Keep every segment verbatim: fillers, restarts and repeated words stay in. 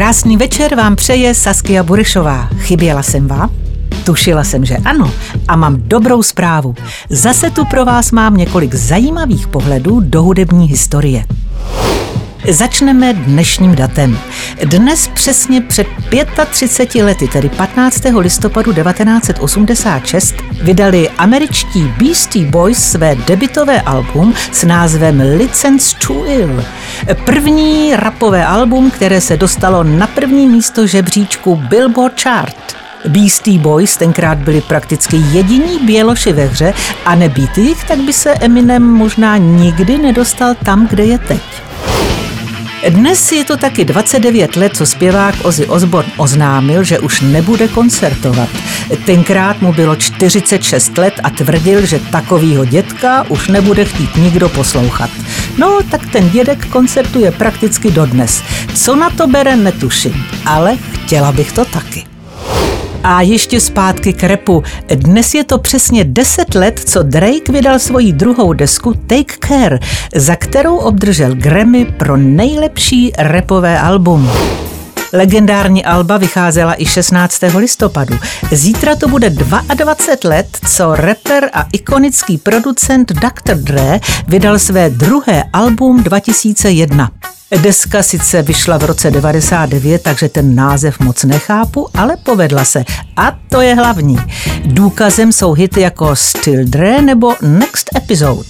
Krásný večer vám přeje Saskia Burešová. Chyběla jsem vám? Tušila jsem, že ano. A mám dobrou zprávu. Zase tu pro vás mám několik zajímavých pohledů do hudební historie. Začneme dnešním datem. Dnes přesně před třiceti pěti lety, tedy patnáctého listopadu devatenáct set osmdesát šest, vydali američtí Beastie Boys své debutové album s názvem License to Ill. První rapové album, které se dostalo na první místo žebříčku Billboard Chart. Beastie Boys tenkrát byli prakticky jediní běloši ve hře a nebýt jich, tak by se Eminem možná nikdy nedostal tam, kde je teď. Dnes je to taky dvacet devět let, co zpěvák Ozzy Osbourne oznámil, že už nebude koncertovat. Tenkrát mu bylo čtyřicet šest let a tvrdil, že takovýho dědka už nebude chtít nikdo poslouchat. No, tak ten dědek koncertuje prakticky dodnes. Co na to bere, netuším, ale chtěla bych to taky. A ještě zpátky k rapu. Dnes je to přesně deset let, co Drake vydal svoji druhou desku Take Care, za kterou obdržel Grammy pro nejlepší rapové album. Legendární alba vycházela i šestnáctého listopadu. Zítra to bude dvacet dva let, co rapper a ikonický producent doktor Dre vydal své druhé album dva tisíce jedna. Deska sice vyšla v roce devadesát devět, takže ten název moc nechápu, ale povedla se. A to je hlavní. Důkazem jsou hity jako Still Dre nebo Next Episode.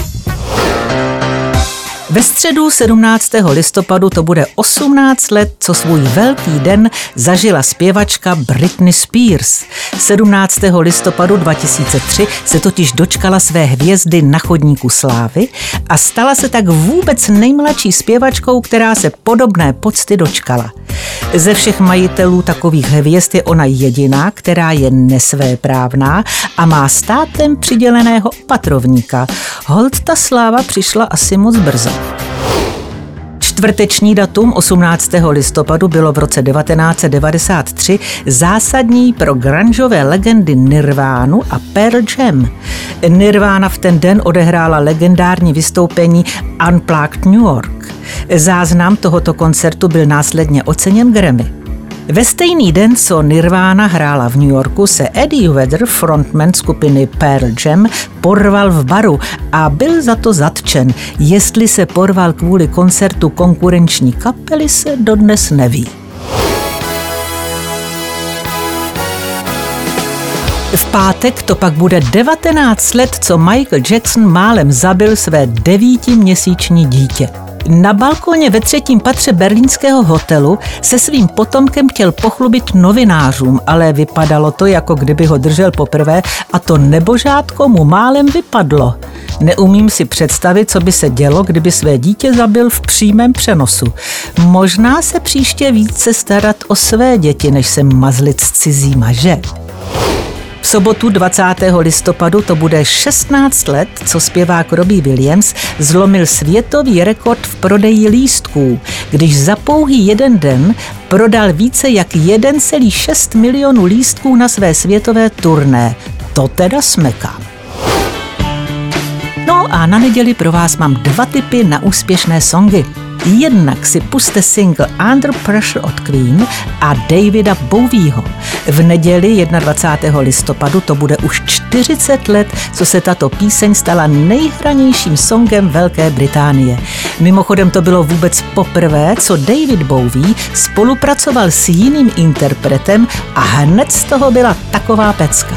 Ve středu sedmnáctého listopadu to bude osmnáct let, co svůj velký den zažila zpěvačka Britney Spears. sedmnáctého listopadu dva tisíce tři se totiž dočkala své hvězdy na chodníku slávy a stala se tak vůbec nejmladší zpěvačkou, která se podobné pocty dočkala. Ze všech majitelů takových hvězd je ona jediná, která je nesvéprávná a má státem přiděleného opatrovníka. Holt ta sláva přišla asi moc brzo. Čtvrteční datum osmnáctého listopadu bylo v roce devatenáct set devadesát tři zásadní pro grungeové legendy Nirvánu a Pearl Jam. Nirvana v ten den odehrála legendární vystoupení Unplugged New York. Záznam tohoto koncertu byl následně oceněn Grammy. Ve stejný den, co Nirvana hrála v New Yorku, se Eddie Vedder, frontman skupiny Pearl Jam, porval v baru a byl za to zatčen. Jestli se porval kvůli koncertu konkurenční kapely, se dodnes neví. V pátek to pak bude devatenáct let, co Michael Jackson málem zabil své devítiměsíční dítě. Na balkoně ve třetím patře berlínského hotelu se svým potomkem chtěl pochlubit novinářům, ale vypadalo to, jako kdyby ho držel poprvé a to nebožátko mu málem vypadlo. Neumím si představit, co by se dělo, kdyby své dítě zabil v přímém přenosu. Možná se příště více starat o své děti, než se mazlit s cizíma, že? V sobotu dvacátého listopadu to bude šestnáct let, co zpěvák Robbie Williams zlomil světový rekord v prodeji lístků, když za pouhý jeden den prodal více jak jedna celá šest milionu lístků na své světové turné. To teda smekám. No a na neděli pro vás mám dva tipy na úspěšné songy. Jednak si puste single Under Pressure od Queen a Davida Bowieho. V neděli dvacátého prvního listopadu to bude už čtyřicet let, co se tato píseň stala nejhranějším songem Velké Británie. Mimochodem to bylo vůbec poprvé, co David Bowie spolupracoval s jiným interpretem a hned z toho byla taková pecka.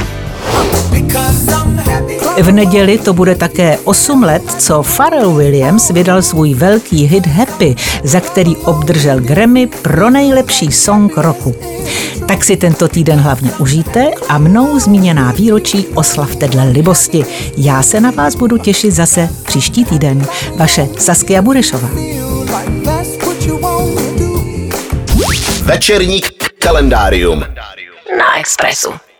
V neděli to bude také osm let, co Pharrell Williams vydal svůj velký hit Happy, za který obdržel Grammy pro nejlepší song roku. Tak si tento týden hlavně užijte a mnou zmíněná výročí oslavte dle libosti. Já se na vás budu těšit zase příští týden. Vaše Saskia Burešová. Večerní kalendárium na Expressu.